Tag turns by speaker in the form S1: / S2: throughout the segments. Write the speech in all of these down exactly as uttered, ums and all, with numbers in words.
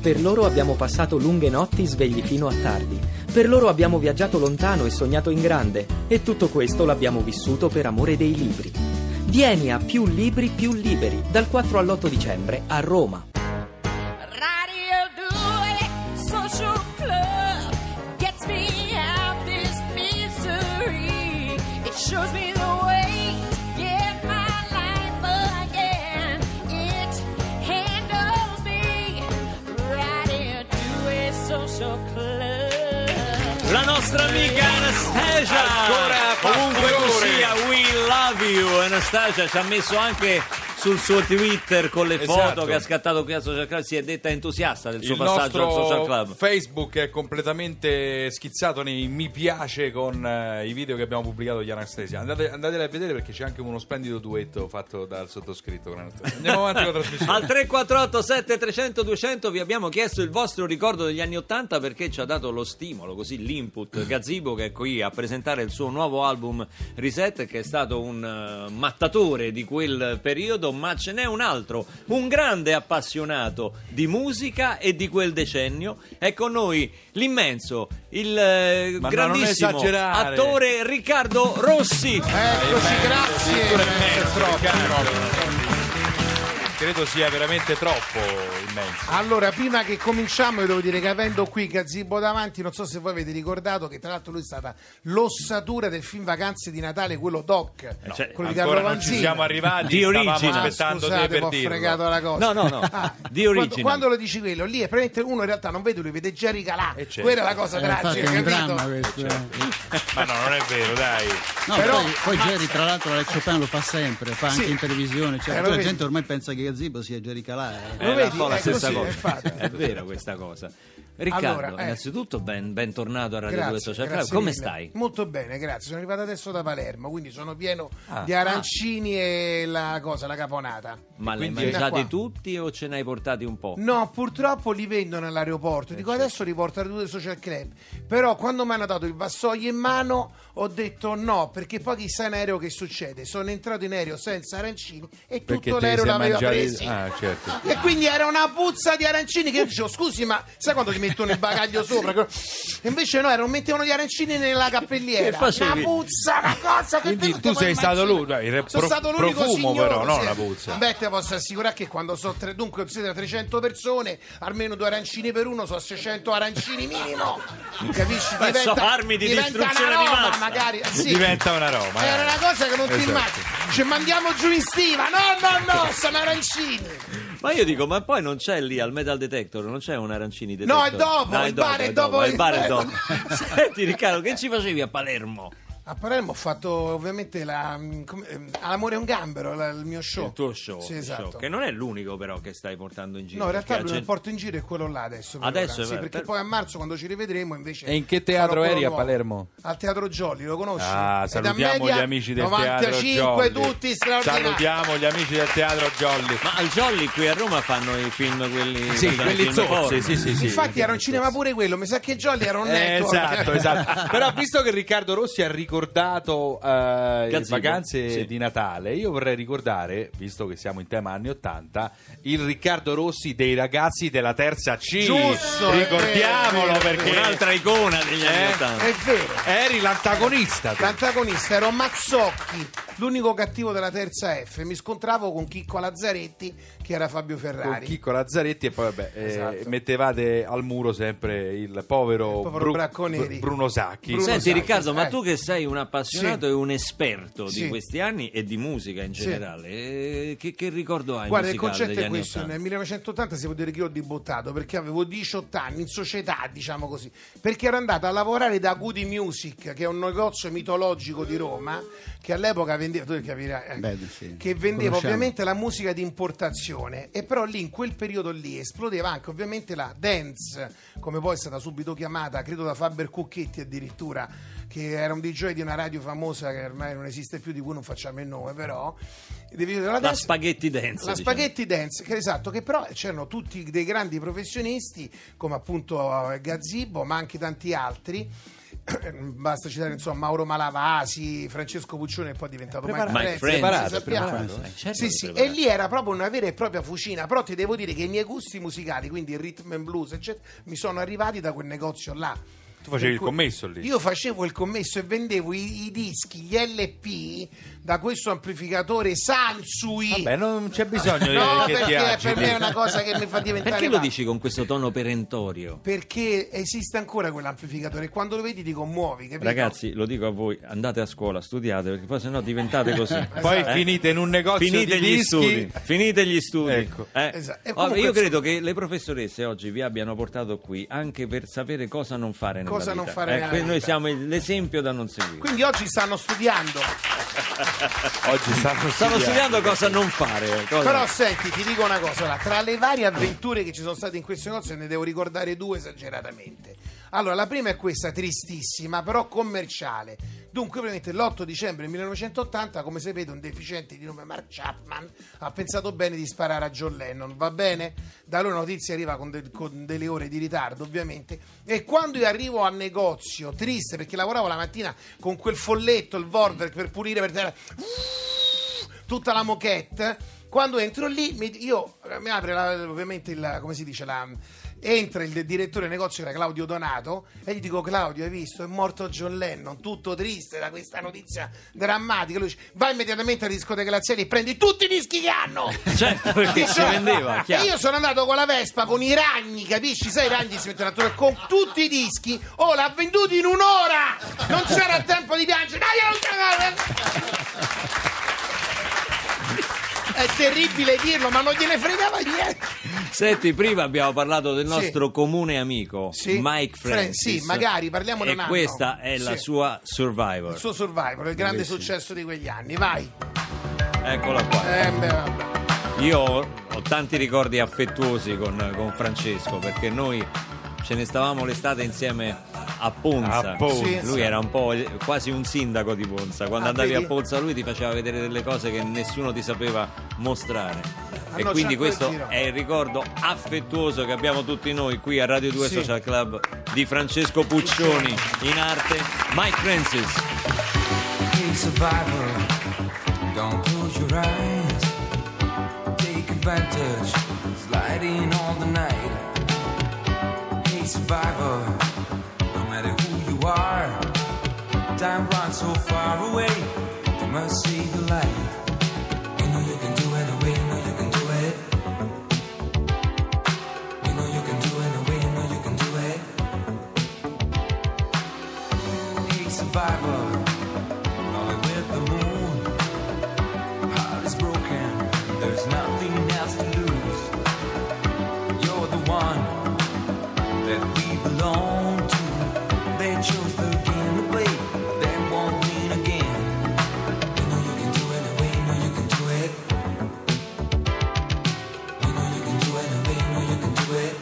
S1: Per loro abbiamo passato lunghe notti svegli fino a tardi. Per loro abbiamo viaggiato lontano e sognato in grande. E tutto questo l'abbiamo vissuto per amore dei libri. Vieni a Più Libri Più Liberi dal quattro all'otto dicembre a Roma.
S2: La nostra amica Anastasia, ancora comunque sia, we love you. Anastasia ci ha messo anche sul suo Twitter con le
S3: esatto.
S2: foto che ha scattato qui al Social Club, si è detta entusiasta del suo
S3: il
S2: passaggio al Social Club.
S3: Facebook è completamente schizzato nei mi piace con uh, i video che abbiamo pubblicato di Anastasia. Andate, andateli a vedere perché c'è anche uno splendido duetto fatto dal sottoscritto con Anastasia. Andiamo avanti con la trasmissione.
S2: Al tre quattro otto sette tre zero zero due zero zero vi abbiamo chiesto il vostro ricordo degli anni ottanta perché ci ha dato lo stimolo, così l'input Gazzibo, che è qui a presentare il suo nuovo album Reset, che è stato un uh, mattatore di quel periodo, ma ce n'è un altro, un grande appassionato di musica e di quel decennio. È con noi l'immenso, il eh, grandissimo attore Riccardo Rossi.
S4: Eccoci, grazie.
S3: Credo sia veramente troppo immenso.
S4: Allora, prima che cominciamo, io devo dire che avendo qui Gazzibo davanti, non so se voi avete ricordato che tra l'altro lui è stata l'ossatura del film Vacanze di Natale, quello doc,
S3: no,
S4: cioè, quello di
S3: ancora
S4: Carlo
S3: non ci
S4: Vanzina.
S3: siamo arrivati,
S2: di
S3: stavamo
S2: origine.
S3: aspettando
S4: ah,
S3: te
S4: scusate,
S3: per
S4: ho
S3: dirlo.
S4: fregato la cosa.
S2: No, no, no,
S4: ah,
S2: di origine.
S4: Quando, quando lo dici quello, lì è praticamente uno in realtà non vede, lui vede Jerry Calà.
S3: certo.
S4: Quella è la cosa
S5: Eh,
S4: tragica,
S5: infatti è un
S4: capito?
S5: dramma questo, eh.
S3: Ma no, non è vero, dai.
S5: No,
S4: Però-
S5: poi, poi
S4: ma-
S5: Jerry, tra l'altro, Alex Chopin lo fa sempre, fa anche
S4: Sì.
S5: in televisione. Cioè,
S4: Eh, lo
S5: tutta la
S4: vedi.
S5: gente ormai pensa che Gazzibo sia Jerry Calà. eh.
S4: Lo
S2: È
S4: vedi?
S2: un po' la
S4: È
S2: stessa
S4: così,
S2: cosa.
S4: infatti.
S2: È vero questa cosa. Riccardo,
S4: Allora, eh.
S2: innanzitutto ben, bentornato a Radio due
S4: Grazie,
S2: Social Club.
S4: grazie
S2: Come
S4: mille.
S2: stai?
S4: Molto bene, grazie. Sono arrivato adesso da Palermo, quindi sono pieno
S2: Ah.
S4: di arancini e la cosa, la caponata.
S2: Ma li hai
S4: Quindi-
S2: mangiati
S4: qua.
S2: tutti o ce ne hai portati un po'?
S4: No, purtroppo li vendono all'aeroporto. Dico adesso riporta a due Social Club. Però quando mi hanno dato il vassoio in mano ho detto no, perché poi chissà in aereo che succede. Sono entrato in aereo senza arancini e
S3: Perché
S4: tutto
S3: te
S4: l'aereo
S3: li sei
S4: l'aveva
S3: mangiati-
S4: presi.
S3: Ah, certo.
S4: E quindi era una puzza di arancini che io dicevo scusi, ma sai quando ti mettono il bagaglio sopra? E invece no, erano, mettevano gli arancini nella cappelliera.
S2: Che facevi?
S4: Una puzza, una cosa che
S3: Quindi
S4: te
S3: tu
S4: non ti
S3: sei
S4: puoi
S3: stato
S4: immaginare.
S3: lui, dai, il
S4: Sono
S3: pro-
S4: stato l'unico
S3: profumo
S4: signore,
S3: però, non
S4: sì.
S3: la puzza.
S4: Beh, te posso assicurare che quando so tre, dunque siete trecento persone, almeno due arancini per uno, sono seicento arancini minimo. Capisci?
S2: Beh, so armi di
S4: diventa
S2: distruzione
S4: una
S2: di
S4: roba,
S2: massa.
S4: magari. eh, Sì.
S3: Diventa una roba.
S4: Era
S3: eh.
S4: una cosa che non ti
S3: Esatto.
S4: immagini. Ci mandiamo giù in stiva. No, no, no, sono arancini.
S2: Ma io dico, ma poi non c'è lì al metal detector, non c'è un arancini detector?
S4: No, è dopo,
S2: Ah,
S4: il bar è dopo
S2: il
S4: il-
S2: bar è dopo. Senti Riccardo, che ci facevi a Palermo?
S4: A Palermo ho fatto ovviamente la, come- ehm, All'amore è un gambero, la- il mio show.
S2: Il tuo show,
S4: Sì,
S2: il
S4: esatto.
S2: show, che non è l'unico però che stai portando in giro.
S4: No, in realtà
S2: perché
S4: lui
S2: a
S4: che
S2: gen-
S4: porto in giro è quello là adesso. per
S2: Adesso,
S4: ora. Sì,
S2: eh,
S4: perché
S2: per-
S4: poi a marzo quando ci rivedremo invece.
S3: E in che teatro
S4: farò quello
S3: eri a
S4: nuovo.
S3: Palermo?
S4: Al Teatro Jolly, lo conosci?
S3: Ah,
S4: È da
S3: salutiamo
S4: media
S3: gli amici del
S4: novantacinque,
S3: Teatro Jolly.
S4: tutti straordinari.
S3: Salutiamo gli amici del Teatro Jolly.
S2: Ma al Jolly qui a Roma fanno i film quelli...
S3: Sì,
S2: fanno i
S3: quelli
S2: film
S3: zozzi,
S2: porno.
S3: sì, sì, sì.
S4: Infatti era un cinema pure quello, mi sa che Jolly era un
S3: Eh,
S4: network.
S3: esatto, esatto. Però visto che Riccardo Rossi ha ricordato eh, le
S2: Gazzibo,
S3: vacanze
S2: sì.
S3: di Natale, io vorrei ricordare, visto che siamo in tema anni ottanta, il Riccardo Rossi dei ragazzi della terza C.
S4: Giusto, è
S3: ricordiamolo
S4: vero, è
S3: perché
S2: Un'altra icona degli anni
S3: Eh?
S2: ottanta.
S4: È vero.
S3: eri l'antagonista. tu.
S4: L'antagonista ero Mazzocchi, l'unico cattivo della terza F. Mi scontravo con Chicco Lazzaretti, che era Fabio
S3: Con
S4: Ferrari.
S3: Chicco Lazzaretti e poi vabbè, eh,
S4: Esatto.
S3: mettevate al muro sempre il povero,
S4: Il povero Bracconeri.
S3: Bruno Sacchi.
S4: Bruno
S2: Senti
S4: Sacchi,
S2: Riccardo, ma
S4: eh.
S2: tu che sei un appassionato
S4: Sì.
S2: e un esperto di
S4: Sì.
S2: questi anni e di musica in
S4: Sì.
S2: generale, eh, che, che ricordo hai
S4: Guarda, il
S2: musicale
S4: concetto
S2: degli
S4: è
S2: anni
S4: questo:
S2: ottanta?
S4: nel millenovecentottanta si può dire che io ho debuttato perché avevo diciotto anni in società, diciamo così, perché ero andato a lavorare da Goody Music, che è un negozio mitologico di Roma, che all'epoca vendeva, tu capirai, eh,
S5: Beh, sì,
S4: che vendeva
S5: conosciamo.
S4: ovviamente la musica di importazione, e però lì in quel periodo lì esplodeva anche ovviamente la dance, come poi è stata subito chiamata, credo da Faber Cucchetti addirittura, che era un D J di una radio famosa che ormai non esiste più, di cui non facciamo il nome, però devi vedere la
S2: La
S4: dance-
S2: spaghetti dance,
S4: la
S2: diciamo.
S4: spaghetti dance, che esatto, che però c'erano tutti dei grandi professionisti come appunto eh, Gazzibo, ma anche tanti altri, basta citare insomma Mauro Malavasi, Francesco Puccioni e poi è diventato Mike
S2: Mike
S4: Francis,
S2: Francis,
S4: sappiamo.
S2: preparato, eh, certo
S4: sì,
S2: che
S4: sì,
S2: preparato.
S4: e lì era proprio una vera e propria fucina, però ti devo dire che i miei gusti musicali, quindi il rhythm and blues eccetera, mi sono arrivati da quel negozio là.
S3: Tu facevi il
S4: Per cui-
S3: commesso lì?
S4: Io facevo il commesso e vendevo i, i dischi, gli L P da questo amplificatore Sansui.
S3: Vabbè, non c'è bisogno
S4: No,
S3: che ti
S4: perché
S3: agiti.
S4: per me è una cosa che mi fa diventare
S2: Perché lo
S4: pazzo.
S2: dici con questo tono perentorio?
S4: Perché esiste ancora quell'amplificatore e quando lo vedi ti commuovi, capito?
S2: Ragazzi, lo dico a voi, andate a scuola, studiate, perché poi sennò diventate così.
S3: Poi
S2: Eh?
S3: finite in un negozio
S2: Finite
S3: di
S2: gli
S3: dischi.
S2: studi, finite gli studi.
S3: Ecco.
S2: Eh?
S4: Esatto. E
S2: Oh,
S4: comunque,
S2: io
S4: insomma-
S2: credo che le professoresse oggi vi abbiano portato qui anche per sapere cosa non fare nella
S4: Cosa
S2: vita.
S4: non fare
S2: Eh,
S4: nella
S2: que-
S4: vita.
S2: Noi siamo il- l'esempio da non seguire.
S4: Quindi oggi stanno studiando.
S3: Oggi stanno
S2: Stavo studiando cosa non fare. cosa-
S4: Però senti, ti dico una cosa, là, tra le varie avventure che ci sono state in questo negozio ne devo ricordare due esageratamente. Allora, la prima è questa tristissima, però commerciale. Dunque, ovviamente l'otto dicembre millenovecentottanta, come sapete, un deficiente di nome Mark Chapman ha pensato bene di sparare a John Lennon, va bene? Da lui la notizia arriva con, del- con delle ore di ritardo, ovviamente. E quando io arrivo al negozio, triste, perché lavoravo la mattina con quel folletto, il Vorwerk, per pulire per terra tutta la moquette, quando entro lì mi, io mi apre la, ovviamente il, come si dice la, entra il direttore del negozio che era Claudio Donato e gli dico: Claudio, hai visto, è morto John Lennon, tutto triste da questa notizia drammatica. Lui dice: vai immediatamente alla discoteca Laziali e prendi tutti i dischi che hanno.
S2: Certo, perché si vendeva,
S4: E
S2: chiaro.
S4: io sono andato con la Vespa con i ragni, capisci? Sai, i ragni si mettono attorno con tutti i dischi. Oh, l'ha venduti in un'ora, non c'era tempo di piangere. No, io non c'era. È terribile dirlo, ma non gliene fregava niente.
S2: Senti, prima abbiamo parlato del
S4: Sì.
S2: nostro comune amico
S4: Sì.
S2: Mike
S4: Fran-
S2: Francis.
S4: sì, magari, parliamone
S2: E
S4: un anno.
S2: questa è la
S4: Sì.
S2: sua Survivor.
S4: Il suo Survivor, il grande
S2: Bellissimo.
S4: successo di quegli anni. Vai.
S2: Eccola qua.
S4: Eh, beh, vabbè.
S2: Io ho, ho tanti ricordi affettuosi con, con Francesco, perché noi ce ne stavamo l'estate insieme a Ponza.
S3: A Ponza.
S4: Sì.
S2: Lui era un po' quasi un sindaco di Ponza. Quando
S4: Ah,
S2: andavi
S4: vedi?
S2: a Ponza lui ti faceva vedere delle cose che nessuno ti sapeva mostrare.
S4: Ah,
S2: e
S4: no,
S2: quindi
S4: c'è ancora
S2: questo
S4: il giro.
S2: è il ricordo affettuoso che abbiamo tutti noi qui a Radio due
S4: Sì.
S2: Social Club di Francesco Puccioni, in arte Mike Francis.
S6: Hey survivor, don't close your eyes. Take advantage, sliding all the night. Hey survivor, no matter who you are, time runs so far away. You must save your life. You know you can do it, away, you know you can do it. You know you can do it, away, you know you can do it. Hey survivor, lonely with the moon. Heart is broken, there's nothing else to lose. You're the one that we belong to. They chose the game to play, they won't win again. You know you can do it, away, you know you can do it. You know you can do it, away, you know you can do it.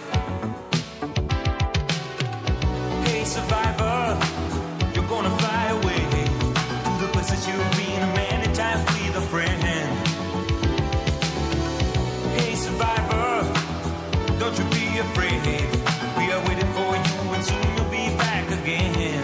S6: Hey survivor, you're gonna fly away to the places you've been many times with a friend. Hey survivor, don't you be afraid. We are waiting for you and soon you'll be back again.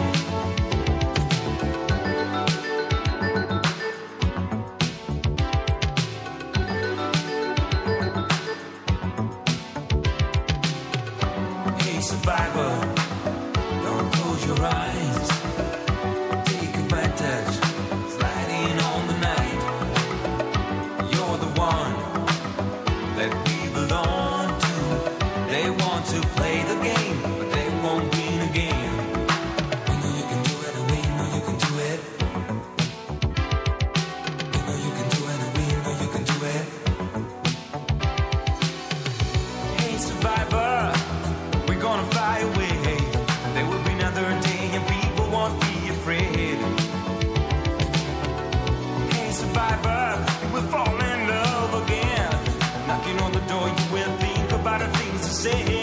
S6: Hey survivor, don't close your eyes. Take advantage, sliding on the night. You're the one that we belong to. They want to play the game, but they won't win again. You know you can do it, away, you know you can do it. You know you can do it, away, you know you can do it. Hey survivor, we're gonna fly away. There will be another day and people won't be afraid. Hey survivor, you will fall in love again. Knocking on the door, you will think about the things to say.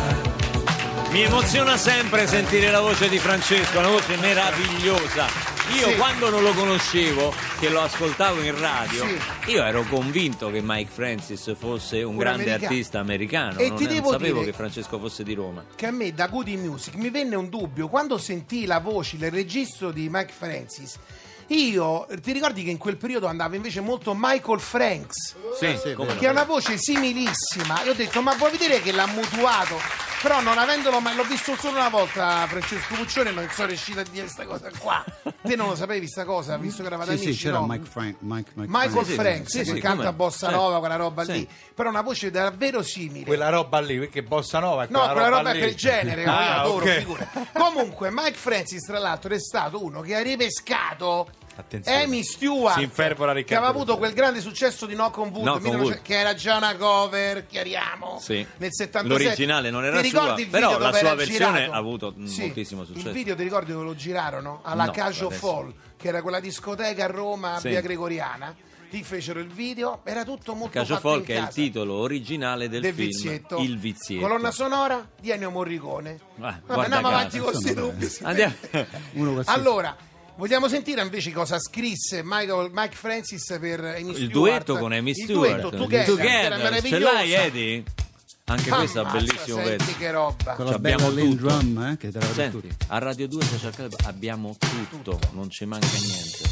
S2: Mi emoziona sempre sentire la voce di Francesco, una voce meravigliosa. Io
S4: Sì.
S2: quando non lo conoscevo, che lo ascoltavo in radio,
S4: Sì.
S2: io ero convinto che Mike Francis fosse un
S4: Un
S2: grande
S4: americano.
S2: artista americano.
S4: E
S2: non,
S4: ti
S2: non
S4: devo
S2: sapevo
S4: dire
S2: che Francesco fosse di Roma.
S4: Che a me da Goody Music mi venne un dubbio quando sentii la voce, il registro di Mike Francis. Io ti ricordi che in quel periodo andava invece molto Michael Franks,
S2: Sì,
S5: sì,
S2: come
S4: che ha una voce similissima. Io ho detto, ma vuoi vedere che l'ha mutuato? Però non avendolo mai, l'ho visto solo una volta Francesco Puccione, non sono riuscito a dire questa cosa qua. Te non lo sapevi sta cosa, visto che eravate
S5: Sì,
S4: amici?
S5: sì, c'era
S4: no?
S5: Mike Frank, Mike, Mike
S4: Michael
S5: Frank.
S2: sì,
S4: Franks
S2: sì,
S4: che
S2: sì,
S4: canta
S2: come?
S4: bossa
S2: Certo.
S4: nova, quella roba
S2: Sì.
S4: lì. Però una voce davvero simile.
S3: Quella roba lì, perché bossa nova è
S4: No,
S3: quella,
S4: quella roba è
S3: lì.
S4: quel genere,
S3: Ah,
S4: io adoro,
S3: ok.
S4: figura. Comunque, Mike Francis, tra l'altro, è stato uno che ha ripescato
S3: Attenzione.
S4: Amy Stewart,
S3: Si infervora
S4: che
S3: Riccardo
S4: aveva avuto
S3: Puccioni.
S4: quel grande successo di Knock on Wood,
S2: Knock on
S4: millenovecento
S2: Wood.
S4: che era già una cover, chiariamo,
S2: Sì.
S4: nel settantasette.
S2: L'originale non era
S4: Ti
S2: sua,
S4: ricordi il
S2: però
S4: video
S2: la
S4: dove
S2: sua
S4: era
S2: versione
S4: girato?
S2: ha avuto
S4: Sì.
S2: moltissimo successo.
S4: Il video ti ricordi dove lo girarono? Alla
S2: No,
S4: Cajo
S2: adesso.
S4: Fall, che era quella discoteca a Roma, a
S2: Sì.
S4: Via Gregoriana. Lì fecero il video, era tutto molto
S2: Cacio
S4: fatto
S2: Folk
S4: in
S2: che è il
S4: casa.
S2: titolo originale del,
S4: del
S2: film
S4: vizietto.
S2: Il Vizietto.
S4: Colonna sonora di Ennio Morricone.
S2: Ah,
S4: Vabbè,
S2: guarda
S4: andiamo
S2: caso.
S4: avanti con questi
S5: Insomma,
S4: dubbi.
S2: Andiamo.
S5: Uno qualsiasi.
S4: Allora, vogliamo sentire invece cosa scrisse Michael, Mike Francis per Amy
S2: Il
S4: Stewart?
S2: duetto con Amy
S4: Il
S2: Stewart.
S4: duetto, Together, che era
S2: Ce
S4: meravigliosa.
S2: l'hai, Eddie? Anche questo è un
S4: Ammazza,
S2: bellissimo
S4: senti
S2: pezzo.
S4: che roba.
S5: Con la
S2: abbiamo
S5: bella Lynn
S2: tutto.
S5: Drum, eh, che te l'aveva
S2: Senti,
S5: detto.
S2: a Radio due Social Club abbiamo tutto, non ci manca niente.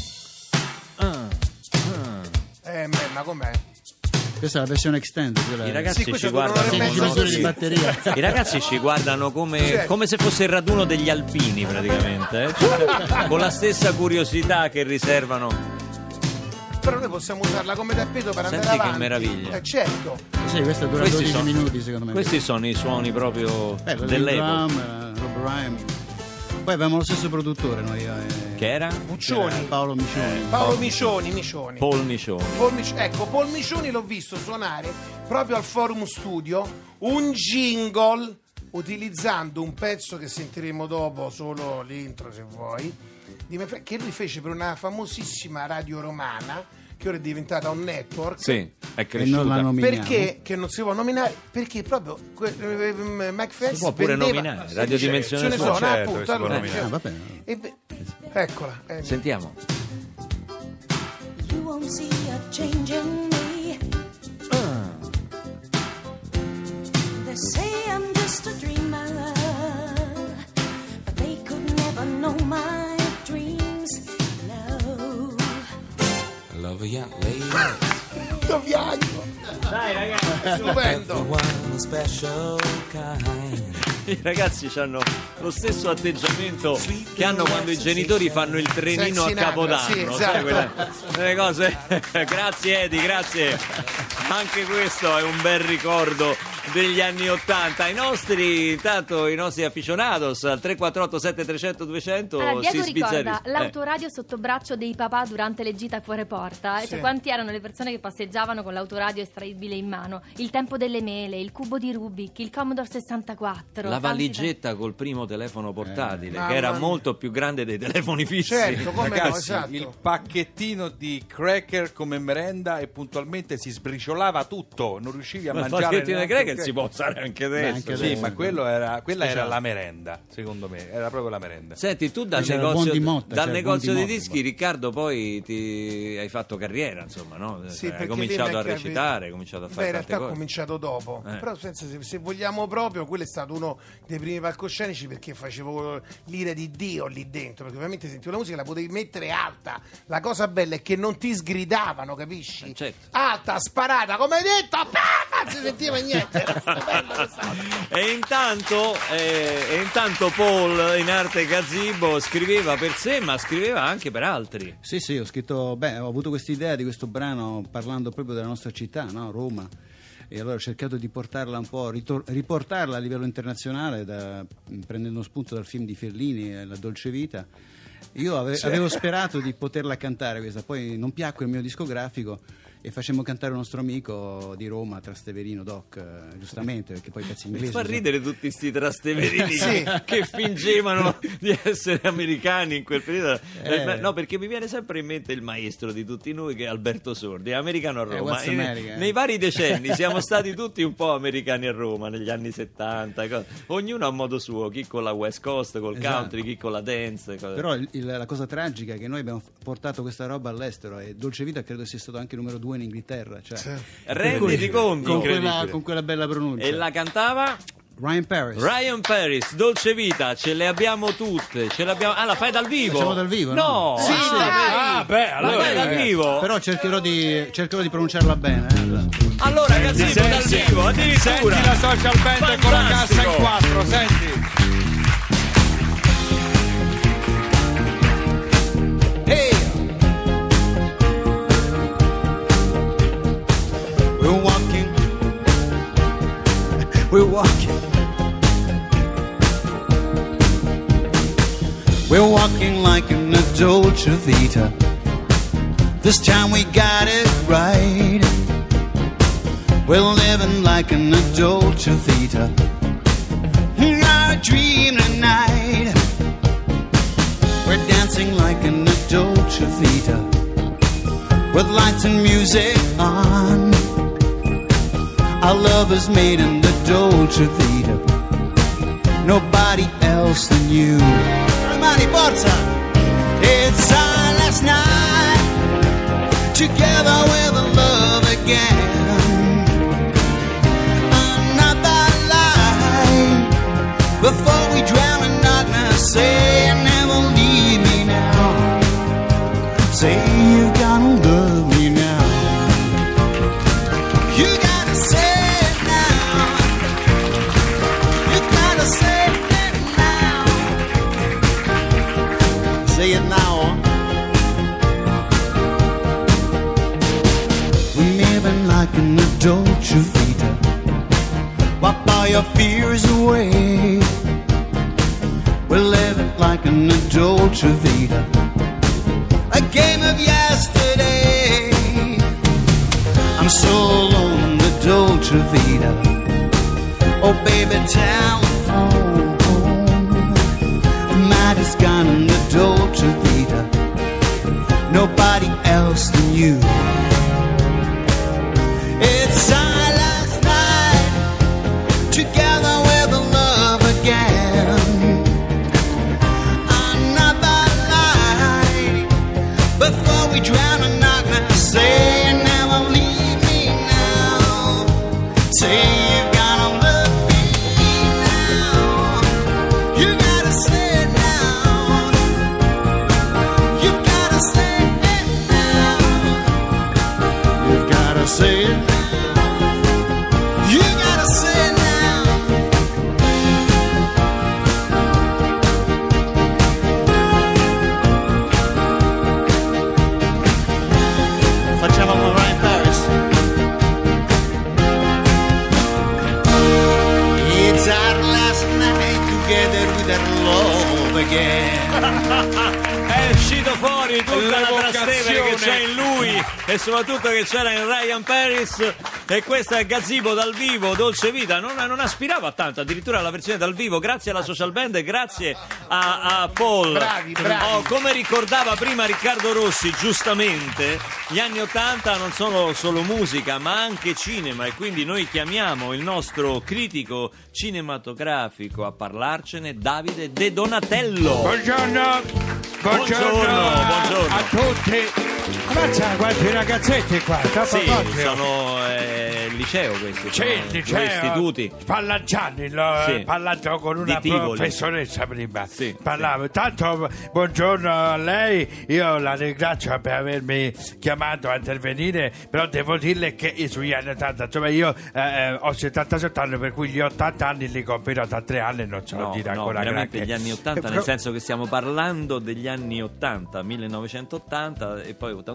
S2: Ah, ah.
S4: Eh, me, ma com'è?
S5: Questa è la versione extended. quella-
S2: I ragazzi
S4: Sì, questo
S2: ci
S4: è un
S2: guardano
S4: ore e
S5: Senti
S4: mezzo
S5: i
S2: come
S5: misuri di batteria.
S2: I ragazzi ci guardano come,
S4: Certo.
S2: come se fosse il raduno degli alpini praticamente, eh? Cioè, con la stessa curiosità che riservano.
S4: Però noi possiamo usarla come tappeto per
S2: Senti
S4: andare
S2: che
S4: avanti.
S2: meraviglia.
S4: Eh, certo.
S5: Sì, questa dura
S2: Questi
S5: dodici
S2: sono-
S5: minuti secondo me.
S2: Questi sono i suoni proprio
S5: Eh, la Lynn
S2: dell'epoca.
S5: Drum, eh, Rob Rhyme. Poi avevamo lo stesso produttore noi. eh,
S2: Che era?
S4: Puccioni.
S5: eh, Paolo Micioni.
S4: Paolo Micioni, Micioni.
S2: Paul Micioni.
S4: Paul Mic- ecco, Paul Micioni l'ho visto suonare proprio al Forum Studio un jingle utilizzando un pezzo che sentiremo dopo, solo l'intro se vuoi, di me- che lui fece per una famosissima radio romana che ora è diventata un network.
S2: Sì, è
S5: E non la
S2: cresciuta.
S5: nominiamo.
S4: Perché che non si può nominare? Perché proprio que- eh, Mike Francis
S2: può pure
S4: vendeva-
S2: nominare,
S4: Sì,
S2: radiodimensione
S4: ce ne
S2: sua.
S4: sono,
S3: Certo,
S4: appunto,
S3: si può
S4: allora,
S3: nominare.
S5: Ah, va bene.
S4: e ve- eccola. eh.
S2: Sentiamo.
S7: You won't see a change in me. They say I'm just a dreamer, but they could never know my dreams. No.
S6: I love a young lady.
S4: Questo viaggio.
S2: Dai ragazzi.
S4: Stupendo.
S6: One special kind.
S2: I ragazzi hanno lo stesso atteggiamento che hanno quando i genitori fanno il trenino a
S4: Sinatra,
S2: Capodanno,
S4: sì,
S2: sai,
S4: esatto.
S2: quelle, quelle cose. Grazie Edi, grazie. Anche questo è un bel ricordo degli anni Ottanta. I nostri, intanto i nostri aficionados al tre quattro otto sette tre zero zero due zero zero
S8: Allora,
S2: si
S8: Diego ricorda
S2: sbizzarriscono. Eh.
S8: l'autoradio sotto braccio dei papà durante le gite fuori porta. E
S4: Sì.
S8: cioè, quanti erano le persone che passeggiavano con l'autoradio estraibile in mano? Il tempo delle mele, il cubo di Rubik, il Commodore sessantaquattro.
S2: La
S8: tanti-
S2: valigetta col primo telefono portatile,
S4: Eh,
S2: che era
S4: mamma mia.
S2: molto più grande dei telefoni fissi.
S4: Certo, come no,
S3: Ragazzi,
S4: esatto.
S3: il pacchettino di cracker come merenda e puntualmente si sbriciolava tutto, non riuscivi a
S2: Ma il
S3: mangiare
S2: pacchettino di
S3: neanche
S2: cracker
S3: un
S2: si può usare anche
S5: Beh,
S2: adesso.
S5: anche
S3: Sì,
S5: adesso.
S3: ma quello era, quella era
S5: Speciale.
S3: la merenda, secondo me, era proprio la merenda.
S2: Senti, tu dal
S5: C'era il
S2: negozio,
S5: buon di Motta,
S2: dal
S5: c'era il
S2: negozio
S5: buon
S2: dei
S5: di Motta,
S2: dischi, Riccardo, poi ti hai fatto carriera, insomma, no?
S4: Sì,
S2: hai
S4: perché
S2: cominciato
S4: lì
S2: a
S4: mi è
S2: recitare, hai cominciato a
S4: Beh,
S2: fare
S4: in
S2: tante
S4: realtà ho
S2: cose.
S4: cominciato dopo,
S2: Eh.
S4: però senza- se, se vogliamo proprio, quello è stato uno dei primi palcoscenici perché facevo l'ira di Dio lì dentro, perché ovviamente sentivo la musica, la potevi mettere alta. La cosa bella è che non ti sgridavano, capisci?
S2: Eh, certo.
S4: Alta, sparata, come hai detto, ah, non si sentiva niente. Era stupenda questa cosa.
S2: E intanto, eh, e intanto Paul in arte Gazzibo scriveva per sé, ma scriveva anche per altri.
S5: Sì, sì, ho scritto, beh, ho avuto questa idea di questo brano parlando proprio della nostra città, no? Roma. E allora ho cercato di portarla un po', ritor- riportarla a livello internazionale, da- prendendo spunto dal film di Fellini, eh, La dolce vita. Io ave- avevo sperato di poterla cantare questa, poi non piacque il mio discografico e facemmo cantare un nostro amico di Roma, Trasteverino Doc, eh, giustamente, perché poi i pezzi
S2: Mi
S5: inglesi
S2: fa
S5: sono-
S2: ridere tutti sti trasteverini
S4: Sì.
S2: che, che fingevano di essere americani in quel periodo.
S5: Eh.
S2: No, perché mi viene sempre in mente il maestro di tutti noi che è Alberto Sordi, è americano a
S5: Eh,
S2: Roma.
S5: what's
S2: E
S5: America, eh?
S2: nei vari decenni siamo stati tutti un po' americani a Roma negli anni settanta, co- ognuno a modo suo, chi con la West Coast, col
S5: Esatto.
S2: country, chi con la dance. co-
S5: Però il- il- la cosa tragica è che noi abbiamo f- portato questa roba all'estero e Dolce Vita credo sia stato anche numero due in Inghilterra, cioè,
S2: Renditi conto.
S5: con quella,
S3: Incredibile.
S5: con quella bella pronuncia.
S2: E la cantava
S5: Ryan Paris.
S2: Ryan Paris, Dolce Vita, ce le abbiamo tutte, ce le abbiamo... Ah, la fai dal vivo?
S5: Facciamo dal vivo,
S2: No,
S5: no?
S2: sì,
S3: Ah, beh,
S2: la
S3: allora
S2: fai dal
S3: ragazzi.
S2: vivo?
S5: Però cercherò di, cercherò di pronunciarla bene. eh.
S2: Allora, Gazzibo, dal
S3: Senti,
S2: vivo, addirittura.
S3: senti la social band con la cassa in
S2: Fantastico.
S3: quattro, senti.
S5: Hey! We're walking. We're walking. We're walking like in a Dolce Vita. This time we got it right. We're living like in a Dolce Vita. Our dream tonight. We're dancing like in a Dolce Vita, with lights and music on. Our love is made in the Dolce Vita. Nobody else than you. Mani, forza! It's our last night together with love again. Another lie before we drown in darkness. Say never leave me now. Say you gotta love me now. You gotta say it now. You gotta say it now. Say it now. We're living like in a Dolce Vita. Wipe all your fears away. We're living like in a Dolce Vita, a game of yesterday. I'm so alone in the Dolce Vita. Oh baby, telephone. Night is gone in the Dolce Vita. Nobody else than you. It's our last night together with love again. Another night before we drown in darkness. Say never leave me now. Say you've gotta love me now. You gotta say it now. You gotta say it now. You gotta say it now. You gotta say it now. Facciamo un Ryan Paris. It's our last night together with our love again.
S2: È uscito fuori tutta la
S3: L'evocazione.
S2: trastevere che c'è in lui e soprattutto che c'era in Ryan Paris. E questa è Gazzibo dal vivo, Dolce Vita. Non, non aspirava a tanto, addirittura la versione dal vivo, grazie alla social band e grazie a, a Paul.
S4: Bravi, bravi.
S2: Oh, come ricordava prima Riccardo Rossi, giustamente, gli anni Ottanta non sono solo musica ma anche cinema, e quindi noi chiamiamo il nostro critico cinematografico a parlarcene, Davide De Donatello.
S9: Buongiorno.
S2: Buongiorno,
S9: a,
S2: buongiorno.
S9: a tutti. Ammazza quanti ragazzetti qua, troppo
S2: Sì,
S9: pochi.
S2: sono eh, il liceo questi,
S9: Sì,
S2: sono
S9: il
S2: due
S9: liceo
S2: istituti.
S9: Spallanzani, l'ho
S2: Sì.
S9: eh, parlato con una
S2: Di Tivoli.
S9: professoressa prima.
S2: Sì,
S9: Parlavo. Tanto buongiorno a lei, io la ringrazio per avermi chiamato a intervenire, però devo dirle che sugli anni ottanta, insomma io eh, ho settantasette anni, per cui gli ottanta anni li compirò tra tre anni, non so
S2: No,
S9: dire
S2: no,
S9: ancora
S2: veramente
S9: granché.
S2: gli anni ottanta,
S9: Eh,
S2: nel senso che stiamo parlando degli anni ottanta, millenovecentottanta, e poi ottantotto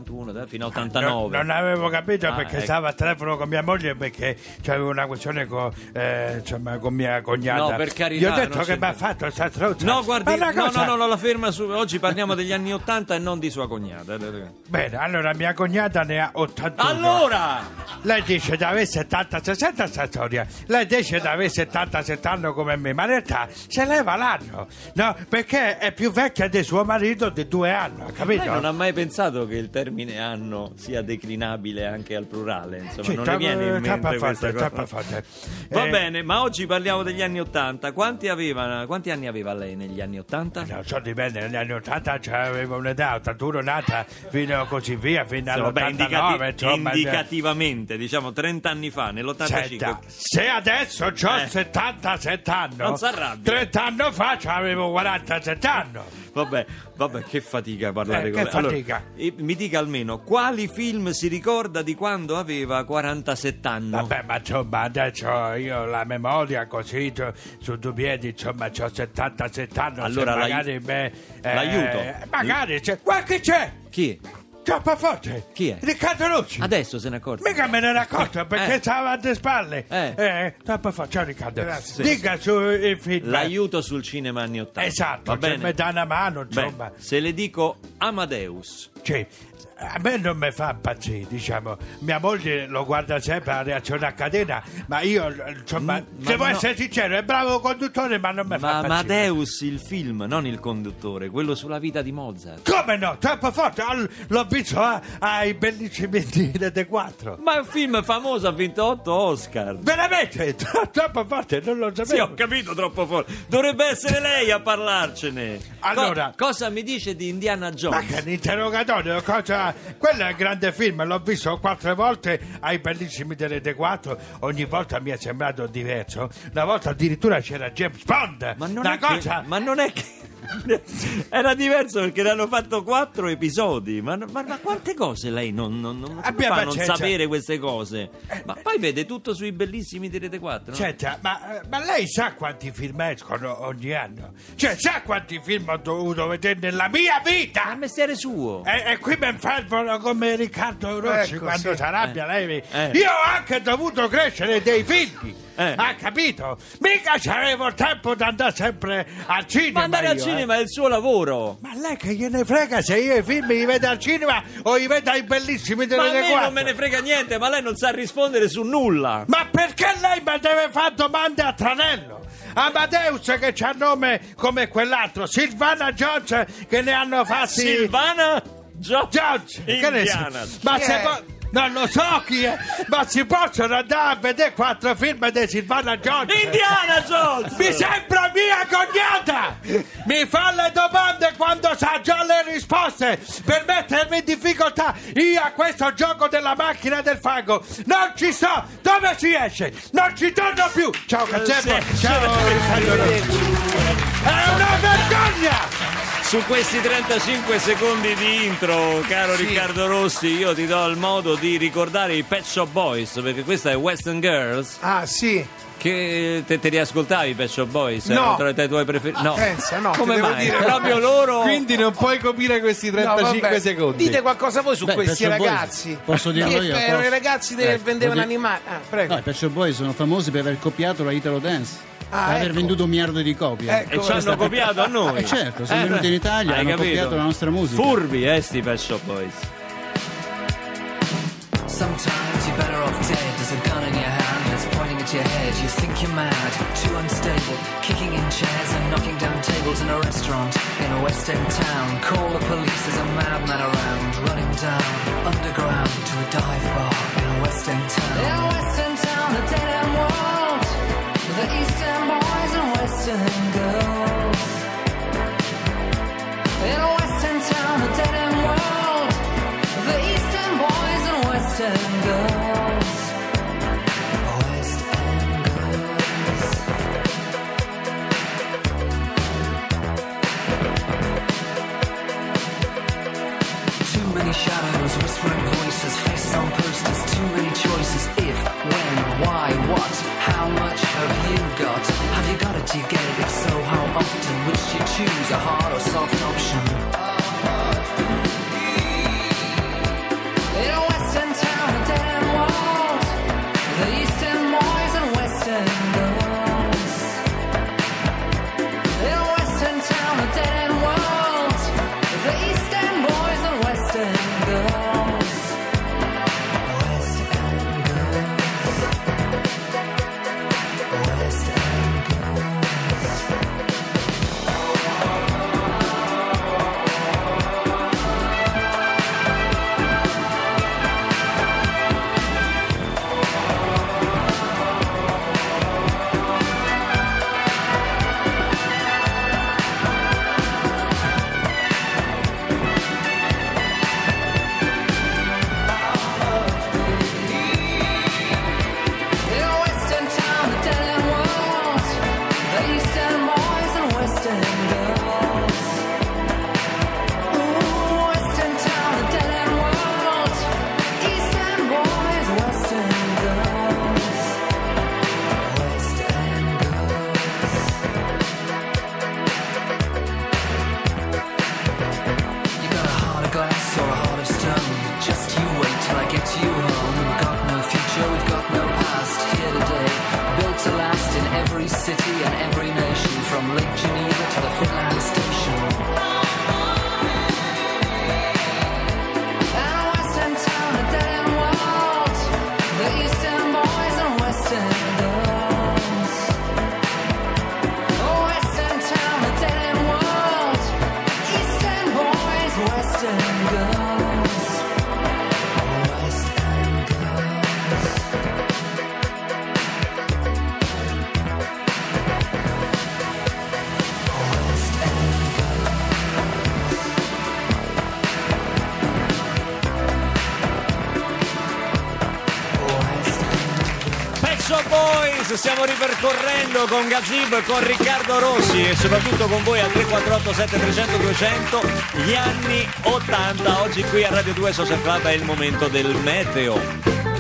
S2: ottantuno, da- fino a
S9: No,
S2: ottantanove.
S9: non avevo capito
S2: Ah,
S9: perché
S2: ecco.
S9: stavo a telefono con mia moglie perché c'avevo una questione con, eh, insomma, con mia cognata.
S2: No, per carità,
S9: Gli ho detto
S2: non
S9: che
S2: c'è-
S9: mi ha fatto sta strozza.
S2: No, guardi,
S9: Ma una
S2: no,
S9: cosa-
S2: no, no, no, la ferma su. Oggi parliamo degli anni ottanta e non di sua cognata.
S9: Bene, allora mia cognata ne ha ottantuno.
S2: Allora!
S9: Lei dice di avere settanta sessanta sta storia. Lei dice di avere settanta settanta anni come me, ma in realtà se leva l'anno. No, perché è più vecchia di suo marito di due anni, capito?
S2: Lei non ha mai pensato che il termine anno sia declinabile anche al plurale? Insomma,
S9: Sì,
S2: non
S9: troppo-
S2: le viene in mente
S9: troppo
S2: questa
S9: forte,
S2: cosa.
S9: troppo forte.
S2: Va
S9: Eh,
S2: bene, ma oggi parliamo degli anni ottanta. Quanti aveva, quanti anni aveva lei negli anni ottanta?
S9: Non so, dipende, negli anni ottanta avevo un'età, ottantuno nata, fino così via, fino
S2: Insomma, beh,
S9: all'ottantanove,
S2: indicati-
S9: insomma.
S2: indicativamente, diciamo trenta anni fa, nell'ottantacinque.
S9: Senta, se adesso ho
S2: Eh.
S9: settantasette anni,
S2: Non s'arrabbi.
S9: trenta anni fa avevo quarantasette anni.
S2: Vabbè, vabbè, che fatica parlare
S9: Eh,
S2: con
S9: che
S2: lei. Allora,
S9: fatica.
S2: eh, mi dica almeno quali film si ricorda di quando aveva quarantasette anni?
S9: Vabbè, ma insomma, adesso io la memoria così su- su due piedi, insomma, ho settantasette anni,
S2: Allora,
S9: se
S2: l'ai-
S9: magari me, eh,
S2: l'aiuto.
S9: magari c'è, guarda che c'è,
S2: Chi?
S9: troppo forte.
S2: Chi è?
S9: Riccardo Rossi.
S2: Adesso se ne accorge.
S9: Mica me ne ero accorto perché
S2: Eh.
S9: stava alle spalle.
S2: Eh.
S9: Eh, troppo forte. Ciao Riccardo.
S4: Grazie.
S9: Dica sul film.
S2: L'aiuto sul cinema anni ottanta.
S9: Esatto,
S2: va
S9: cioè,
S2: bene?
S9: mi dà una mano,
S2: Beh,
S9: insomma.
S2: se le dico Amadeus.
S9: Cioè, a me non mi fa impazzire, diciamo. Mia moglie lo guarda sempre a reazione a catena, ma io, insomma,
S2: Mm, ma
S9: devo
S2: no.
S9: essere sincero, è bravo conduttore, ma non mi fa
S2: Ma
S9: impazzire.
S2: Amadeus il film, non il conduttore, quello sulla vita di Mozart.
S9: Come no? Troppo forte. All- L'ho visto a- ai bellissimi di Rete quattro.
S2: Ma è un film famoso, ha vinto otto Oscar.
S9: Veramente? Troppo forte, non lo
S2: Sì,
S9: sapevo.
S2: ho capito, troppo forte. Dovrebbe essere lei a parlarcene.
S9: Allora-
S2: Co- cosa mi dice di Indiana
S9: Ma
S2: Jones?
S9: che un interrogatorio, cosa... Quello è un grande film, l'ho visto quattro volte ai bellissimi di Rete quattro, ogni volta mi è sembrato diverso. Una volta addirittura c'era James Bond.
S2: Ma non,
S9: Una
S2: è che-
S9: cosa...
S2: ma non è che... Era diverso perché ne hanno fatto quattro episodi. Ma, ma- ma quante cose lei non, non, non, come
S9: Abbia
S2: fa a non
S9: pazienza.
S2: sapere queste cose? Ma poi vede tutto sui bellissimi di Rete quattro, no?
S9: Senta, ma, ma lei sa quanti film escono ogni anno? Cioè, sa quanti film ho dovuto vedere nella mia
S2: È
S9: vita?
S2: il mestiere suo.
S9: E, e qui mi fermano come Riccardo Rossi
S4: Ecco,
S9: quando
S4: sì.
S9: si arrabbia lei.
S2: Eh.
S9: Io ho anche dovuto crescere dei figli.
S2: Eh.
S9: Ha capito? Mica c'avevo il tempo di andare sempre al cinema.
S2: Ma andare al
S9: io,
S2: cinema
S9: eh.
S2: è il suo lavoro.
S9: Ma lei che gliene frega se io i film li vedo al cinema o li vedo ai bellissimi
S2: Ma a
S9: delle
S2: me
S9: quattro?
S2: non me ne frega niente, ma lei non sa rispondere su nulla.
S9: Ma perché lei mi deve fare domande a tranello? Amadeus che c'ha nome come quell'altro, Silvana Jones che ne hanno fatti...
S2: Silvana Jo-
S9: Jones, che ne so?
S2: Indiana.
S9: Ma
S4: Chi
S9: se
S4: è?
S9: po- non lo so chi è, ma si possono andare a vedere quattro film di Silvana Jones?
S2: Indiana Jones!
S9: Mi sembra mia cognata! Mi fa le domande quando sa già le risposte per mettermi in difficoltà. Io a questo gioco della macchina del fango non ci sto! Dove si esce? Non ci torno più! Ciao Cazzepo!
S2: sì.
S9: Ciao Riccardo Rossi. È una vergogna!
S2: Su questi trentacinque secondi di intro, caro
S4: Sì.
S2: Riccardo Rossi, io ti do il modo di ricordare i Pet Shop Boys, perché questa è Western Girls.
S4: Ah, sì.
S2: Che te, te li ascoltavi i Pet Shop Boys?
S4: No.
S2: Erano tra i tuoi preferiti? No.
S4: Pensa, no,
S2: Come
S4: ti devo
S2: mai?
S4: dire.
S2: Proprio loro.
S3: Quindi non puoi capire questi
S4: No,
S3: trentacinque
S4: vabbè.
S3: secondi.
S4: Dite qualcosa voi su
S5: Beh,
S4: questi
S5: Pet Shop Boys,
S4: ragazzi.
S5: posso dirlo
S4: Che
S5: io,
S4: erano
S5: posso?
S4: i ragazzi che
S5: Eh,
S4: vendevano
S5: lo di-
S4: animali. Ah, prego.
S5: No, i Pet Shop Boys sono famosi per aver copiato la Italo Dance.
S4: Ah,
S5: per aver
S4: ecco.
S5: venduto un miliardo di copie.
S4: Ecco.
S2: E ci hanno copiato a noi.
S5: Eh, certo, sono
S2: Eh,
S5: venuti in Italia,
S2: hai
S5: hanno
S2: capito?
S5: copiato la nostra musica.
S2: Furbi, eh, sti Pet Shop Boys.
S6: Sometimes you're better off dead. There's a gun in your hand that's pointing at your head. You think you're mad, too unstable, kicking in chairs and knocking down tables in a restaurant in a West End town. Call the police, there's a madman around, running down underground to a dive bar in a West End town. In a West End town, a dead end world, the East End boys and West End girls. In a West End town, a dead end world, the East End boys and West End girls. West End girls. Too many shadows, whispering voices, faces on posters, too many choices. If, when, why, what, how much have you got? Have you got it, do you get it? If so, how often? Which do you choose, a hard or soft option?
S2: Shop Boys, stiamo ripercorrendo con Gazebo e con Riccardo Rossi e soprattutto con voi al tre quattro otto sette tre zero zero due zero zero gli anni ottanta. Oggi qui a Radio due Social Club è il momento del meteo.